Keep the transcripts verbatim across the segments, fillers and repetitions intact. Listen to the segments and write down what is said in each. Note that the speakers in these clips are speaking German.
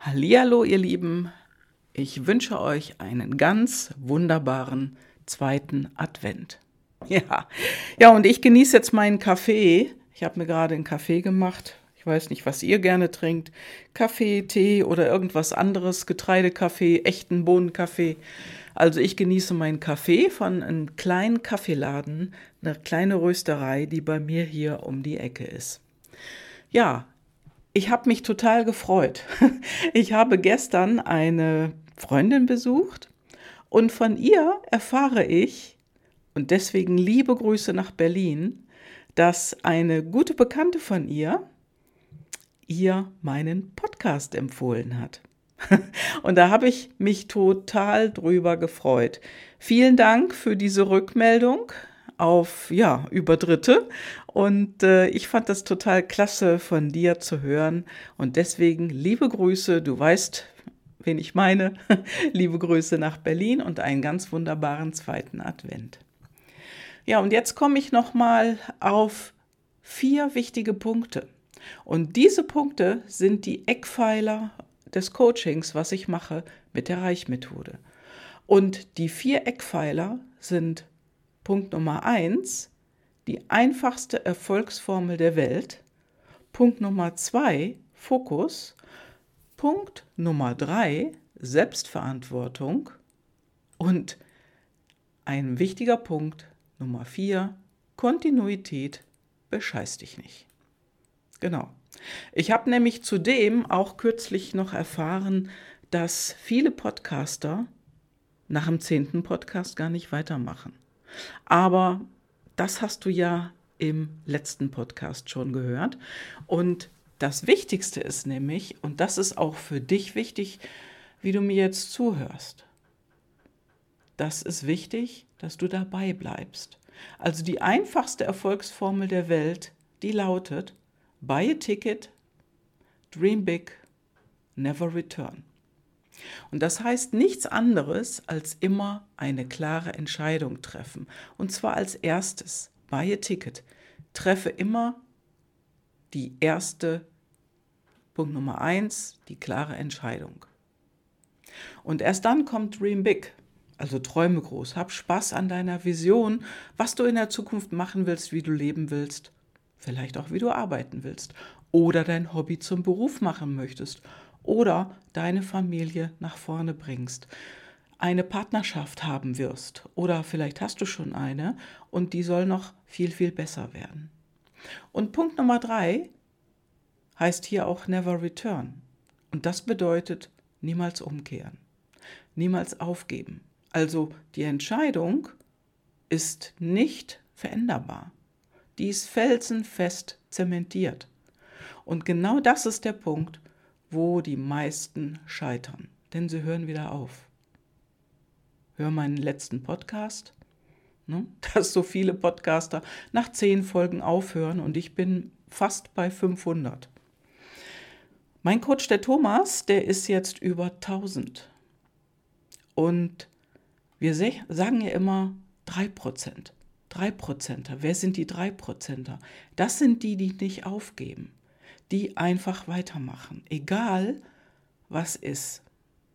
Hallihallo, ihr Lieben. Ich wünsche euch einen ganz wunderbaren zweiten Advent. Ja, ja, und ich genieße jetzt meinen Kaffee. Ich habe mir gerade einen Kaffee gemacht. Ich weiß nicht, was ihr gerne trinkt. Kaffee, Tee oder irgendwas anderes. Getreidekaffee, echten Bohnenkaffee. Also ich genieße meinen Kaffee von einem kleinen Kaffeeladen, eine kleine Rösterei, die bei mir hier um die Ecke ist. Ja, ich habe mich total gefreut. Ich habe gestern eine Freundin besucht und von ihr erfahre ich, und deswegen liebe Grüße nach Berlin, dass eine gute Bekannte von ihr ihr meinen Podcast empfohlen hat. Und da habe ich mich total drüber gefreut. Vielen Dank für diese Rückmeldung auf, ja, über Dritte. Und äh, ich fand das total klasse von dir zu hören. Und deswegen liebe Grüße, du weißt, wen ich meine. Liebe Grüße nach Berlin und einen ganz wunderbaren zweiten Advent. Ja, und jetzt komme ich nochmal auf vier wichtige Punkte. Und diese Punkte sind die Eckpfeiler des Coachings, was ich mache mit der Reichmethode. Und die vier Eckpfeiler sind Punkt Nummer eins, die einfachste Erfolgsformel der Welt. Punkt Nummer zwei, Fokus. Punkt Nummer drei, Selbstverantwortung. Und ein wichtiger Punkt, Nummer vier, Kontinuität, bescheiß dich nicht. Genau. Ich habe nämlich zudem auch kürzlich noch erfahren, dass viele Podcaster nach dem zehnten Podcast gar nicht weitermachen. Aber das hast du ja im letzten Podcast schon gehört. Und das Wichtigste ist nämlich, und das ist auch für dich wichtig, wie du mir jetzt zuhörst. Das ist wichtig, dass du dabei bleibst. Also die einfachste Erfolgsformel der Welt, die lautet: Buy a ticket, dream big, never return. Und das heißt nichts anderes, als immer eine klare Entscheidung treffen. Und zwar als erstes, buy a ticket. Treffe immer die erste, Punkt Nummer eins, die klare Entscheidung. Und erst dann kommt dream big. Also träume groß, hab Spaß an deiner Vision, was du in der Zukunft machen willst, wie du leben willst. Vielleicht auch, wie du arbeiten willst oder dein Hobby zum Beruf machen möchtest oder deine Familie nach vorne bringst, eine Partnerschaft haben wirst oder vielleicht hast du schon eine und die soll noch viel, viel besser werden. Und Punkt Nummer drei heißt hier auch never return. Und das bedeutet niemals umkehren, niemals aufgeben. Also die Entscheidung ist nicht veränderbar. Die ist felsenfest zementiert. Und genau das ist der Punkt, wo die meisten scheitern. Denn sie hören wieder auf. Hör meinen letzten Podcast, ne? Dass so viele Podcaster nach zehn Folgen aufhören und ich bin fast bei fünfhundert. Mein Coach, der Thomas, der ist jetzt über tausend. Und wir sagen ja immer drei Prozent. drei Prozenter. Wer sind die drei Prozenter? Das sind die, die nicht aufgeben, die einfach weitermachen, egal was ist.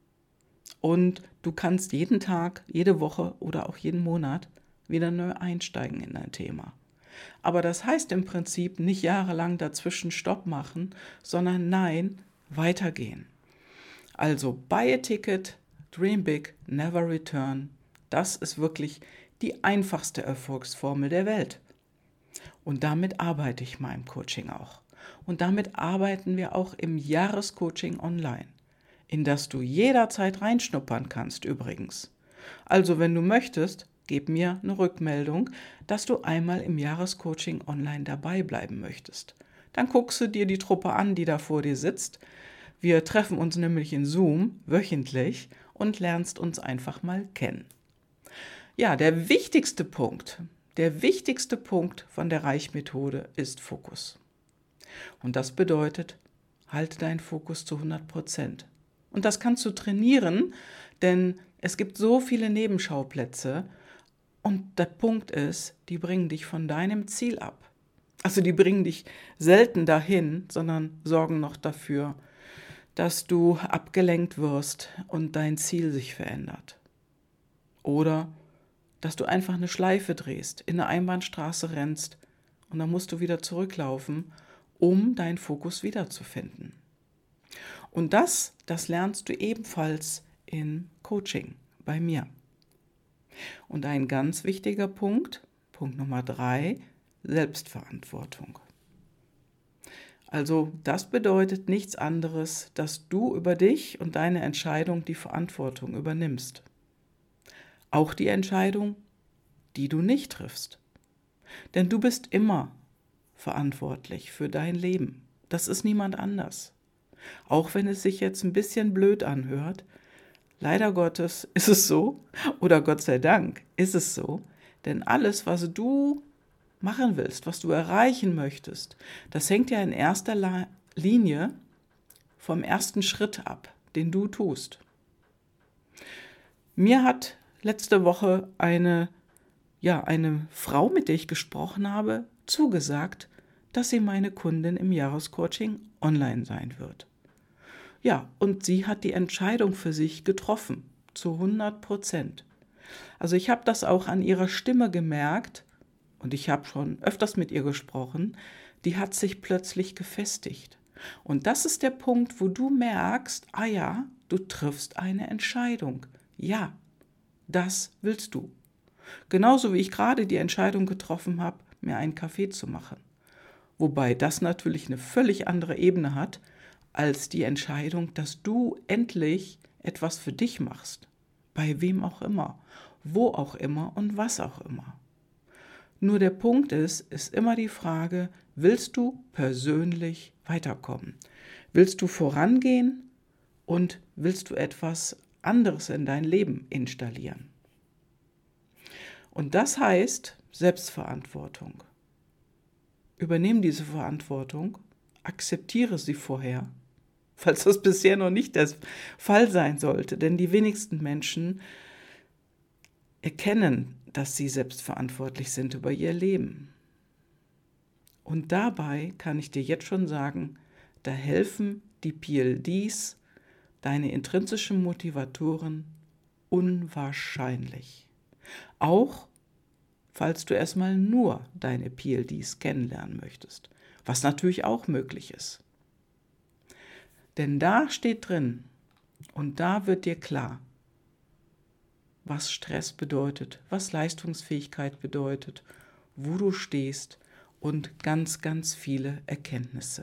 Und du kannst jeden Tag, jede Woche oder auch jeden Monat wieder neu einsteigen in ein Thema. Aber das heißt im Prinzip nicht jahrelang dazwischen Stopp machen, sondern nein, weitergehen. Also buy a ticket, dream big, never return. Das ist wirklich die einfachste Erfolgsformel der Welt. Und damit arbeite ich mal im Coaching auch. Und damit arbeiten wir auch im Jahrescoaching online, in das du jederzeit reinschnuppern kannst übrigens. Also wenn du möchtest, gib mir eine Rückmeldung, dass du einmal im Jahrescoaching online dabei bleiben möchtest. Dann guckst du dir die Truppe an, die da vor dir sitzt. Wir treffen uns nämlich in Zoom wöchentlich und lernst uns einfach mal kennen. Ja, der wichtigste Punkt, der wichtigste Punkt von der Reichmethode ist Fokus. Und das bedeutet, halte deinen Fokus zu hundert Prozent. Und das kannst du trainieren, denn es gibt so viele Nebenschauplätze. Und der Punkt ist, die bringen dich von deinem Ziel ab. Also die bringen dich selten dahin, sondern sorgen noch dafür, dass du abgelenkt wirst und dein Ziel sich verändert. Oder dass du einfach eine Schleife drehst, in eine Einbahnstraße rennst und dann musst du wieder zurücklaufen, um deinen Fokus wiederzufinden. Und das, das lernst du ebenfalls in Coaching bei mir. Und ein ganz wichtiger Punkt, Punkt Nummer drei, Selbstverantwortung. Also das bedeutet nichts anderes, dass du über dich und deine Entscheidung die Verantwortung übernimmst. Auch die Entscheidung, die du nicht triffst. Denn du bist immer verantwortlich für dein Leben. Das ist niemand anders. Auch wenn es sich jetzt ein bisschen blöd anhört, leider Gottes ist es so, oder Gott sei Dank ist es so, denn alles, was du machen willst, was du erreichen möchtest, das hängt ja in erster La- Linie vom ersten Schritt ab, den du tust. Mir hat letzte Woche eine, ja, eine Frau, mit der ich gesprochen habe, zugesagt, dass sie meine Kundin im Jahrescoaching online sein wird. Ja, und sie hat die Entscheidung für sich getroffen, zu hundert Prozent. Also ich habe das auch an ihrer Stimme gemerkt und ich habe schon öfters mit ihr gesprochen, die hat sich plötzlich gefestigt. Und das ist der Punkt, wo du merkst, ah ja, du triffst eine Entscheidung. Ja, das willst du. Genauso wie ich gerade die Entscheidung getroffen habe, mir einen Kaffee zu machen. Wobei das natürlich eine völlig andere Ebene hat, als die Entscheidung, dass du endlich etwas für dich machst. Bei wem auch immer, wo auch immer und was auch immer. Nur der Punkt ist, ist immer die Frage, willst du persönlich weiterkommen? Willst du vorangehen und willst du etwas anderes in dein Leben installieren? Und das heißt Selbstverantwortung. Übernimm diese Verantwortung, akzeptiere sie vorher, falls das bisher noch nicht der Fall sein sollte, denn die wenigsten Menschen erkennen, dass sie selbstverantwortlich sind über ihr Leben. Und dabei kann ich dir jetzt schon sagen, da helfen die P L Ds, deine intrinsischen Motivatoren, unwahrscheinlich. Auch falls du erstmal nur deine P L Ds kennenlernen möchtest, was natürlich auch möglich ist. Denn da steht drin und da wird dir klar, was Stress bedeutet, was Leistungsfähigkeit bedeutet, wo du stehst und ganz, ganz viele Erkenntnisse.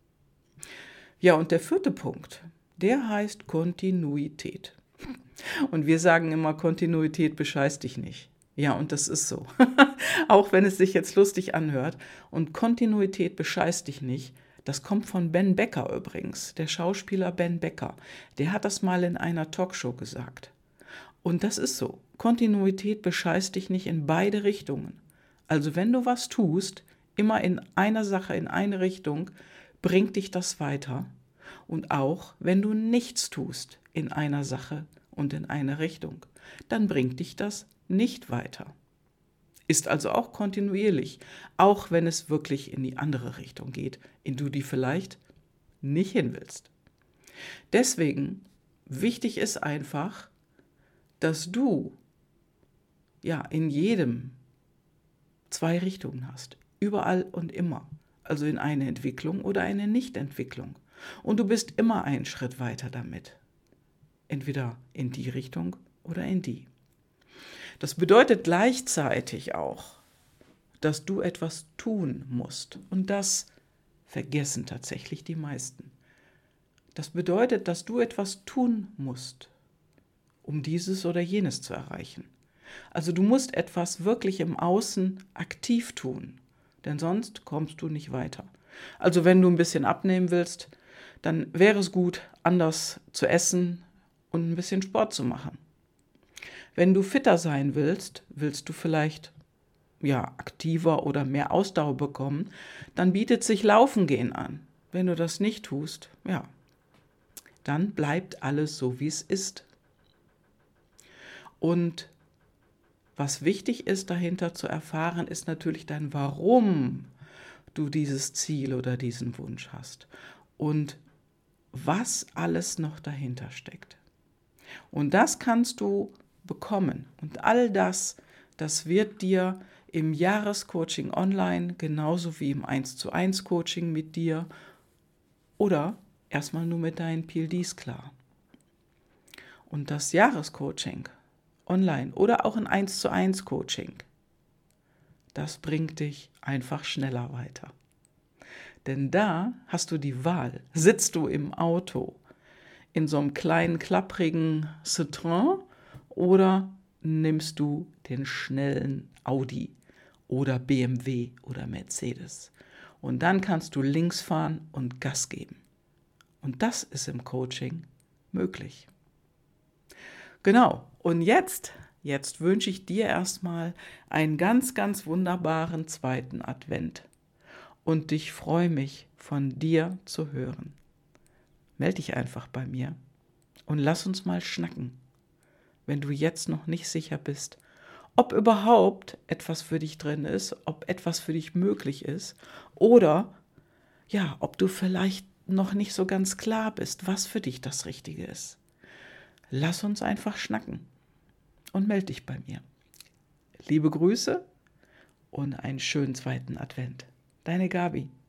Ja, und der vierte Punkt, der heißt Kontinuität. Und wir sagen immer, Kontinuität bescheißt dich nicht. Ja, und das ist so. Auch wenn es sich jetzt lustig anhört. Und Kontinuität bescheißt dich nicht. Das kommt von Ben Becker übrigens, der Schauspieler Ben Becker. Der hat das mal in einer Talkshow gesagt. Und das ist so. Kontinuität bescheißt dich nicht in beide Richtungen. Also wenn du was tust, immer in einer Sache, in eine Richtung, bringt dich das weiter. Und auch wenn du nichts tust in einer Sache und in eine Richtung, dann bringt dich das nicht weiter. Ist also auch kontinuierlich, auch wenn es wirklich in die andere Richtung geht, in die du vielleicht nicht hin willst. Deswegen, wichtig ist einfach, dass du ja in jedem zwei Richtungen hast, überall und immer, also in eine Entwicklung oder eine Nichtentwicklung. Und du bist immer einen Schritt weiter damit, entweder in die Richtung oder in die. Das bedeutet gleichzeitig auch, dass du etwas tun musst. Und das vergessen tatsächlich die meisten. Das bedeutet, dass du etwas tun musst, um dieses oder jenes zu erreichen. Also du musst etwas wirklich im Außen aktiv tun, denn sonst kommst du nicht weiter. Also wenn du ein bisschen abnehmen willst, dann wäre es gut, anders zu essen und ein bisschen Sport zu machen. Wenn du fitter sein willst, willst du vielleicht ja, aktiver oder mehr Ausdauer bekommen, dann bietet sich Laufen gehen an. Wenn du das nicht tust, ja, dann bleibt alles so, wie es ist. Und was wichtig ist, dahinter zu erfahren, ist natürlich dann, warum du dieses Ziel oder diesen Wunsch hast. Und was alles noch dahinter steckt. Und das kannst du bekommen. Und all das, das wird dir im Jahrescoaching online, genauso wie im eins zu eins Coaching mit dir oder erstmal nur mit deinen P L Ds klar. Und das Jahrescoaching online oder auch ein eins zu eins Coaching, das bringt dich einfach schneller weiter. Denn da hast du die Wahl. Sitzt du im Auto in so einem kleinen, klapprigen Citroën oder nimmst du den schnellen Audi oder B M W oder Mercedes? Und dann kannst du links fahren und Gas geben. Und das ist im Coaching möglich. Genau. Und jetzt, jetzt wünsche ich dir erstmal einen ganz, ganz wunderbaren zweiten Advent. Und ich freue mich, von dir zu hören. Meld dich einfach bei mir und lass uns mal schnacken, wenn du jetzt noch nicht sicher bist, ob überhaupt etwas für dich drin ist, ob etwas für dich möglich ist oder ja, ob du vielleicht noch nicht so ganz klar bist, was für dich das Richtige ist. Lass uns einfach schnacken und meld dich bei mir. Liebe Grüße und einen schönen zweiten Advent. Deine Gabi.